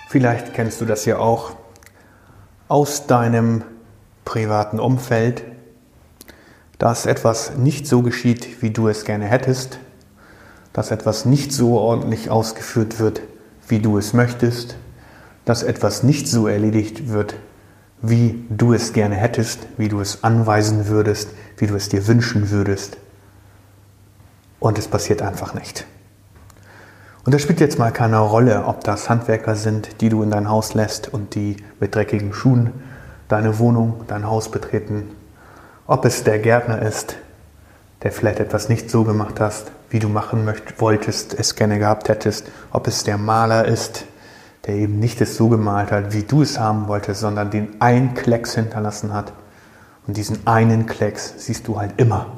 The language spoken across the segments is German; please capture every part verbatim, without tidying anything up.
Vielleicht kennst du das ja auch aus deinem privaten Umfeld, dass etwas nicht so geschieht, wie du es gerne hättest, dass etwas nicht so ordentlich ausgeführt wird, wie du es möchtest, dass etwas nicht so erledigt wird, wie du es gerne hättest, wie du es anweisen würdest, wie du es dir wünschen würdest. Und es passiert einfach nicht. Und das spielt jetzt mal keine Rolle, ob das Handwerker sind, die du in dein Haus lässt und die mit dreckigen Schuhen deine Wohnung, dein Haus betreten. Ob es der Gärtner ist, der vielleicht etwas nicht so gemacht hast, wie du machen möcht- wolltest, es gerne gehabt hättest. Ob es der Maler ist, der eben nicht es so gemalt hat, wie du es haben wolltest, sondern den einen Klecks hinterlassen hat. Und diesen einen Klecks siehst du halt immer.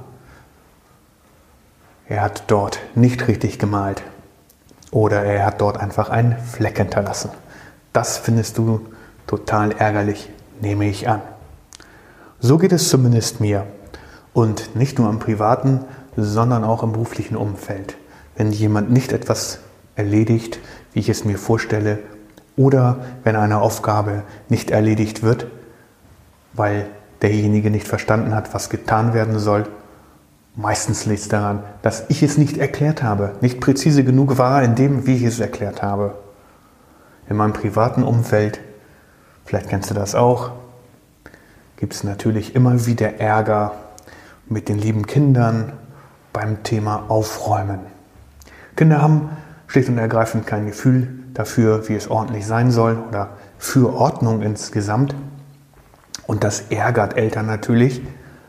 Er hat dort nicht richtig gemalt. Oder er hat dort einfach einen Fleck hinterlassen. Das findest du total ärgerlich, nehme ich an. So geht es zumindest mir. Und nicht nur im privaten, sondern auch im beruflichen Umfeld. Wenn jemand nicht etwas erledigt, wie ich es mir vorstelle, oder wenn eine Aufgabe nicht erledigt wird, weil derjenige nicht verstanden hat, was getan werden soll, meistens liegt es daran, dass ich es nicht erklärt habe, nicht präzise genug war in dem, wie ich es erklärt habe. In meinem privaten Umfeld, vielleicht kennst du das auch, gibt es natürlich immer wieder Ärger mit den lieben Kindern beim Thema Aufräumen. Kinder haben schlicht und ergreifend kein Gefühl dafür, wie es ordentlich sein soll oder für Ordnung insgesamt. Und das ärgert Eltern natürlich.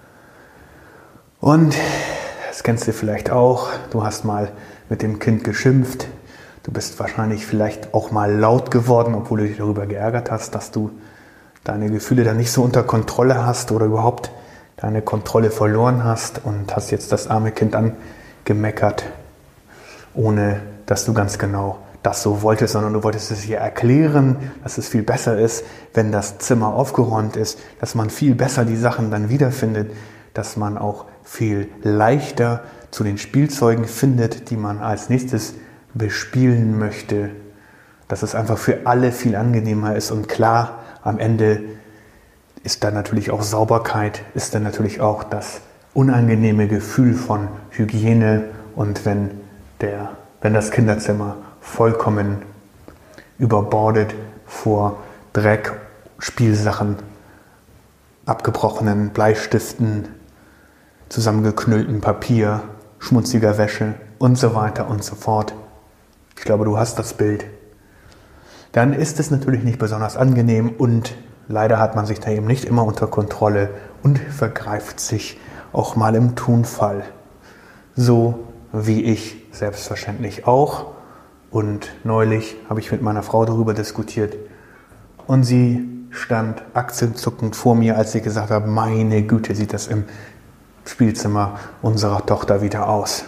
Und das kennst du vielleicht auch, du hast mal mit dem Kind geschimpft, du bist wahrscheinlich vielleicht auch mal laut geworden, obwohl du dich darüber geärgert hast, dass du deine Gefühle dann nicht so unter Kontrolle hast oder überhaupt deine Kontrolle verloren hast und hast jetzt das arme Kind angemeckert, ohne dass du ganz genau das so wolltest, sondern du wolltest es ihr erklären, dass es viel besser ist, wenn das Zimmer aufgeräumt ist, dass man viel besser die Sachen dann wiederfindet, dass man auch viel leichter zu den Spielzeugen findet, die man als nächstes bespielen möchte, dass es einfach für alle viel angenehmer ist. Und klar, am Ende ist dann natürlich auch Sauberkeit, ist dann natürlich auch das unangenehme Gefühl von Hygiene. Und wenn, der, wenn das Kinderzimmer vollkommen überbordet vor Dreck, Spielsachen, abgebrochenen Bleistiften, zusammengeknülltem Papier, schmutziger Wäsche und so weiter und so fort. Ich glaube, du hast das Bild. Dann ist es natürlich nicht besonders angenehm und leider hat man sich da eben nicht immer unter Kontrolle und vergreift sich auch mal im Tonfall. So wie ich selbstverständlich auch. Und neulich habe ich mit meiner Frau darüber diskutiert und sie stand achselzuckend vor mir, als sie gesagt hat, meine Güte, sieht das im Spielzimmer unserer Tochter wieder aus.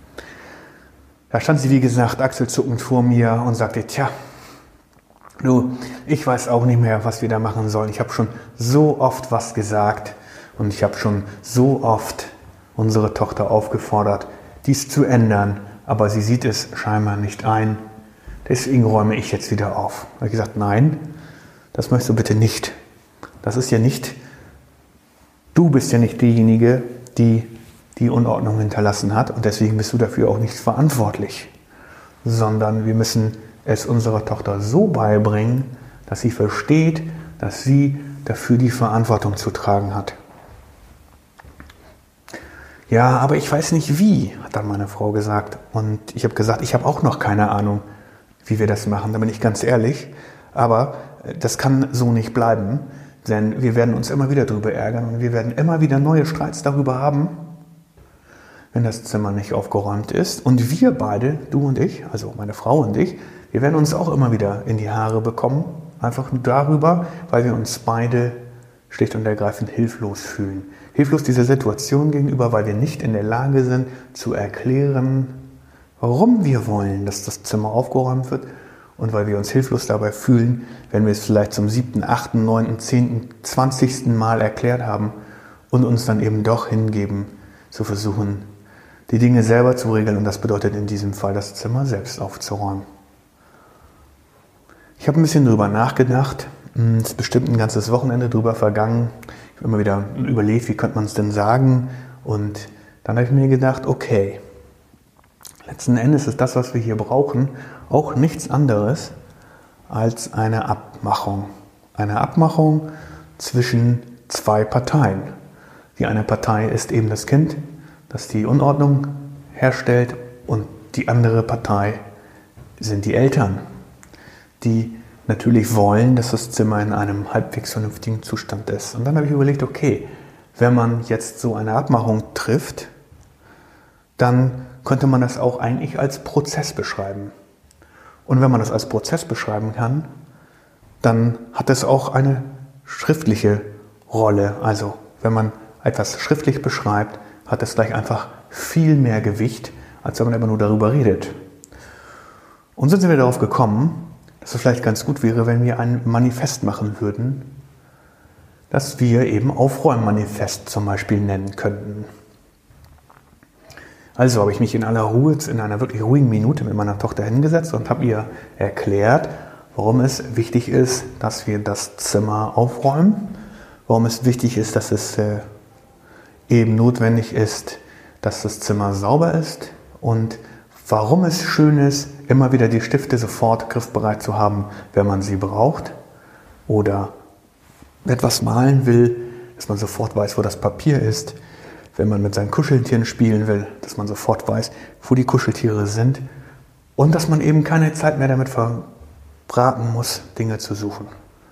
Da stand sie, wie gesagt, achselzuckend vor mir und sagte, tja, du, ich weiß auch nicht mehr, was wir da machen sollen. Ich habe schon so oft was gesagt und ich habe schon so oft unsere Tochter aufgefordert, dies zu ändern, aber sie sieht es scheinbar nicht ein. Deswegen räume ich jetzt wieder auf. Da habe ich gesagt, nein, das möchtest du bitte nicht. Das ist ja nicht, du bist ja nicht diejenige, die die Unordnung hinterlassen hat und deswegen bist du dafür auch nicht verantwortlich, sondern wir müssen es unserer Tochter so beibringen, dass sie versteht, dass sie dafür die Verantwortung zu tragen hat. Ja, aber ich weiß nicht wie, hat dann meine Frau gesagt. Und ich habe gesagt, ich habe auch noch keine Ahnung, wie wir das machen, da bin ich ganz ehrlich. Aber das kann so nicht bleiben, denn wir werden uns immer wieder darüber ärgern und wir werden immer wieder neue Streits darüber haben, wenn das Zimmer nicht aufgeräumt ist. Und wir beide, du und ich, also meine Frau und ich, wir werden uns auch immer wieder in die Haare bekommen, einfach nur darüber, weil wir uns beide schlicht und ergreifend hilflos fühlen. Hilflos dieser Situation gegenüber, weil wir nicht in der Lage sind zu erklären, warum wir wollen, dass das Zimmer aufgeräumt wird und weil wir uns hilflos dabei fühlen, wenn wir es vielleicht zum siebten, achten, neunten, zehnten, zwanzigsten Mal erklärt haben und uns dann eben doch hingeben, zu versuchen, die Dinge selber zu regeln und das bedeutet in diesem Fall, das Zimmer selbst aufzuräumen. Ich habe ein bisschen drüber nachgedacht. Es ist bestimmt ein ganzes Wochenende drüber vergangen. Ich habe immer wieder überlegt, wie könnte man es denn sagen. Und dann habe ich mir gedacht, okay, letzten Endes ist das, was wir hier brauchen, auch nichts anderes als eine Abmachung. Eine Abmachung zwischen zwei Parteien. Die eine Partei ist eben das Kind, das die Unordnung herstellt, und die andere Partei sind die Eltern, die natürlich wollen, dass das Zimmer in einem halbwegs vernünftigen Zustand ist. Und dann habe ich überlegt, okay, wenn man jetzt so eine Abmachung trifft, dann könnte man das auch eigentlich als Prozess beschreiben. Und wenn man das als Prozess beschreiben kann, dann hat es auch eine schriftliche Rolle. Also wenn man etwas schriftlich beschreibt, hat es gleich einfach viel mehr Gewicht, als wenn man immer nur darüber redet. Und so sind wir darauf gekommen, dass es vielleicht ganz gut wäre, wenn wir ein Manifest machen würden, das wir eben Aufräummanifest zum Beispiel nennen könnten. Also habe ich mich in aller Ruhe, in einer wirklich ruhigen Minute mit meiner Tochter hingesetzt und habe ihr erklärt, warum es wichtig ist, dass wir das Zimmer aufräumen, warum es wichtig ist, dass es äh, eben notwendig ist, dass das Zimmer sauber ist und warum es schön ist, immer wieder die Stifte sofort griffbereit zu haben, wenn man sie braucht oder etwas malen will, dass man sofort weiß, wo das Papier ist, wenn man mit seinen Kuscheltieren spielen will, dass man sofort weiß, wo die Kuscheltiere sind und dass man eben keine Zeit mehr damit verbraten muss, Dinge zu suchen.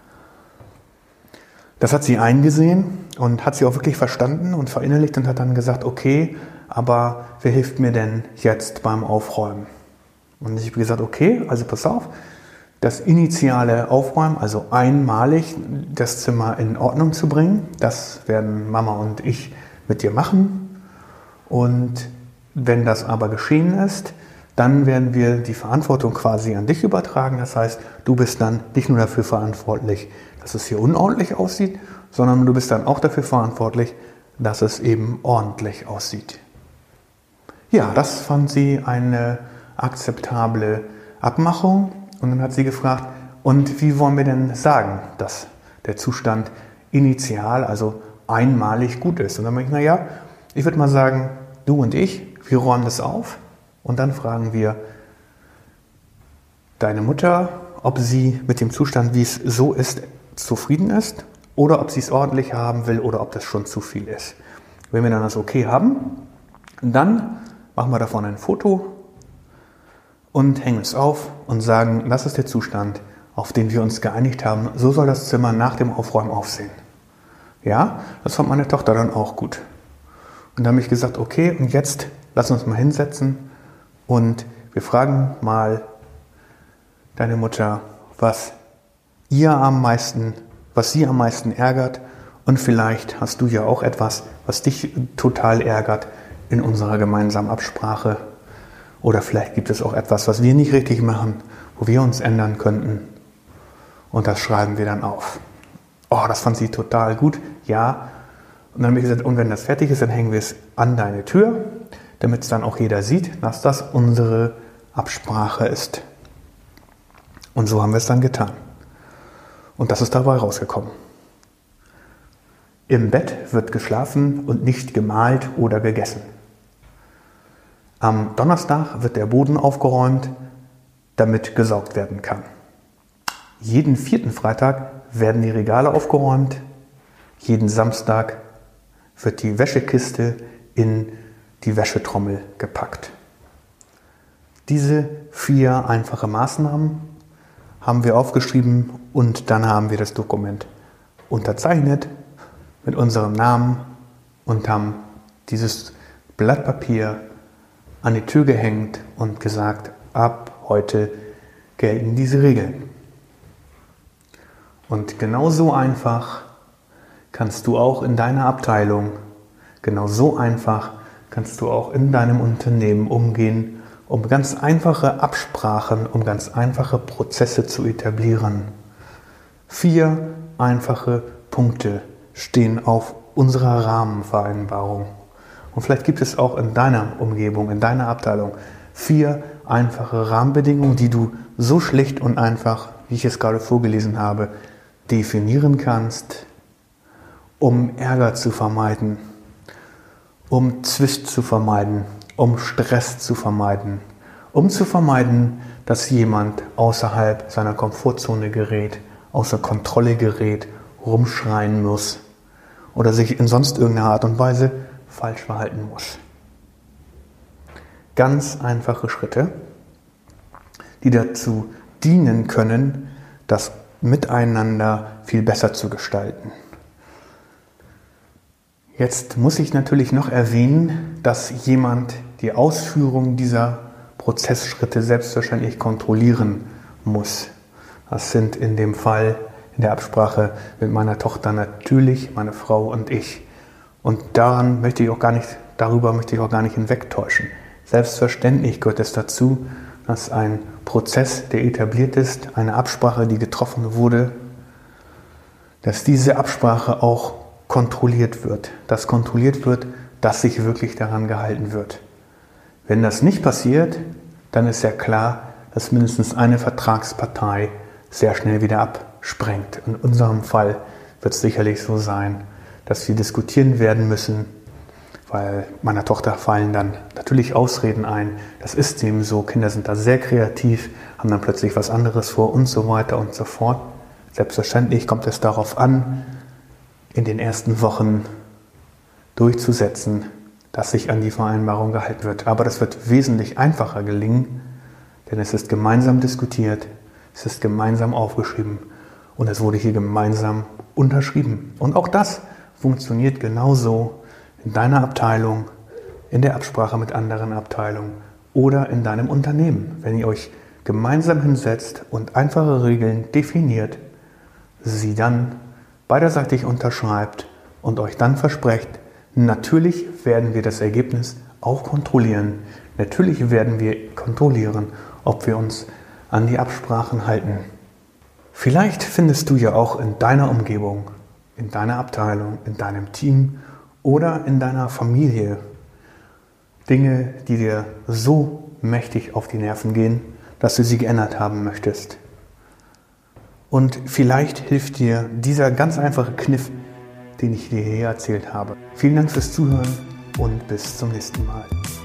Das hat sie eingesehen und hat sie auch wirklich verstanden und verinnerlicht und hat dann gesagt, okay, aber wer hilft mir denn jetzt beim Aufräumen? Und ich habe gesagt, okay, also pass auf, das initiale Aufräumen, also einmalig das Zimmer in Ordnung zu bringen, das werden Mama und ich mit dir machen. Und wenn das aber geschehen ist, dann werden wir die Verantwortung quasi an dich übertragen. Das heißt, du bist dann nicht nur dafür verantwortlich, dass es hier unordentlich aussieht, sondern du bist dann auch dafür verantwortlich, dass es eben ordentlich aussieht. Ja, das fand sie eine akzeptable Abmachung. Und dann hat sie gefragt, und wie wollen wir denn sagen, dass der Zustand initial, also einmalig gut ist? Und dann meine ich, naja, ich würde mal sagen, du und ich, wir räumen das auf und dann fragen wir deine Mutter, ob sie mit dem Zustand, wie es so ist, zufrieden ist oder ob sie es ordentlich haben will oder ob das schon zu viel ist. Wenn wir dann das Okay haben, dann machen wir davon ein Foto und hängen es auf und sagen, das ist der Zustand, auf den wir uns geeinigt haben. So soll das Zimmer nach dem Aufräumen aussehen. Ja, das fand meine Tochter dann auch gut. Und dann habe ich gesagt, okay, und jetzt lass uns mal hinsetzen und wir fragen mal deine Mutter, was ihr am meisten, was sie am meisten ärgert. Und vielleicht hast du ja auch etwas, was dich total ärgert in unserer gemeinsamen Absprache. Oder vielleicht gibt es auch etwas, was wir nicht richtig machen, wo wir uns ändern könnten. Und das schreiben wir dann auf. Oh, das fand sie total gut. Ja. Und dann habe ich gesagt, und wenn das fertig ist, dann hängen wir es an deine Tür, damit es dann auch jeder sieht, dass das unsere Absprache ist. Und so haben wir es dann getan. Und das ist dabei rausgekommen. Im Bett wird geschlafen und nicht gemalt oder gegessen. Am Donnerstag wird der Boden aufgeräumt, damit gesaugt werden kann. Jeden vierten Freitag werden die Regale aufgeräumt. Jeden Samstag wird die Wäschekiste in die Wäschetrommel gepackt. Diese vier einfache Maßnahmen haben wir aufgeschrieben und dann haben wir das Dokument unterzeichnet mit unserem Namen und haben dieses Blatt Papier an die Tür gehängt und gesagt, ab heute gelten diese Regeln. Und genau so einfach kannst du auch in deiner Abteilung, genau so einfach kannst du auch in deinem Unternehmen umgehen, um ganz einfache Absprachen, um ganz einfache Prozesse zu etablieren. Vier einfache Punkte stehen auf unserer Rahmenvereinbarung. Und vielleicht gibt es auch in deiner Umgebung, in deiner Abteilung vier einfache Rahmenbedingungen, die du so schlicht und einfach wie ich es gerade vorgelesen habe, definieren kannst, um Ärger zu vermeiden, um Zwist zu vermeiden, um Stress zu vermeiden, um zu vermeiden, dass jemand außerhalb seiner Komfortzone gerät, außer Kontrolle gerät, rumschreien muss oder sich in sonst irgendeiner Art und Weise falsch verhalten muss. Ganz einfache Schritte, die dazu dienen können, das Miteinander viel besser zu gestalten. Jetzt muss ich natürlich noch erwähnen, dass jemand die Ausführung dieser Prozessschritte selbstverständlich kontrollieren muss. Das sind in dem Fall in der Absprache mit meiner Tochter natürlich meine Frau und ich. Und daran möchte ich auch gar nicht, darüber möchte ich auch gar nicht hinwegtäuschen. Selbstverständlich gehört es dazu, dass ein Prozess, der etabliert ist, eine Absprache, die getroffen wurde, dass diese Absprache auch kontrolliert wird. Dass kontrolliert wird, dass sich wirklich daran gehalten wird. Wenn das nicht passiert, dann ist ja klar, dass mindestens eine Vertragspartei sehr schnell wieder absprengt. In unserem Fall wird es sicherlich so sein, dass wir diskutieren werden müssen, weil meiner Tochter fallen dann natürlich Ausreden ein. Das ist eben so, Kinder sind da sehr kreativ, haben dann plötzlich was anderes vor und so weiter und so fort. Selbstverständlich kommt es darauf an, in den ersten Wochen durchzusetzen, dass sich an die Vereinbarung gehalten wird. Aber das wird wesentlich einfacher gelingen, denn es ist gemeinsam diskutiert, es ist gemeinsam aufgeschrieben und es wurde hier gemeinsam unterschrieben. Und auch das funktioniert genauso in deiner Abteilung, in der Absprache mit anderen Abteilungen oder in deinem Unternehmen. Wenn ihr euch gemeinsam hinsetzt und einfache Regeln definiert, sie dann beiderseitig unterschreibt und euch dann versprecht, natürlich werden wir das Ergebnis auch kontrollieren. Natürlich werden wir kontrollieren, ob wir uns an die Absprachen halten. Vielleicht findest du ja auch in deiner Umgebung, in deiner Abteilung, in deinem Team oder in deiner Familie Dinge, die dir so mächtig auf die Nerven gehen, dass du sie geändert haben möchtest. Und vielleicht hilft dir dieser ganz einfache Kniff, den ich dir hier erzählt habe. Vielen Dank fürs Zuhören und bis zum nächsten Mal.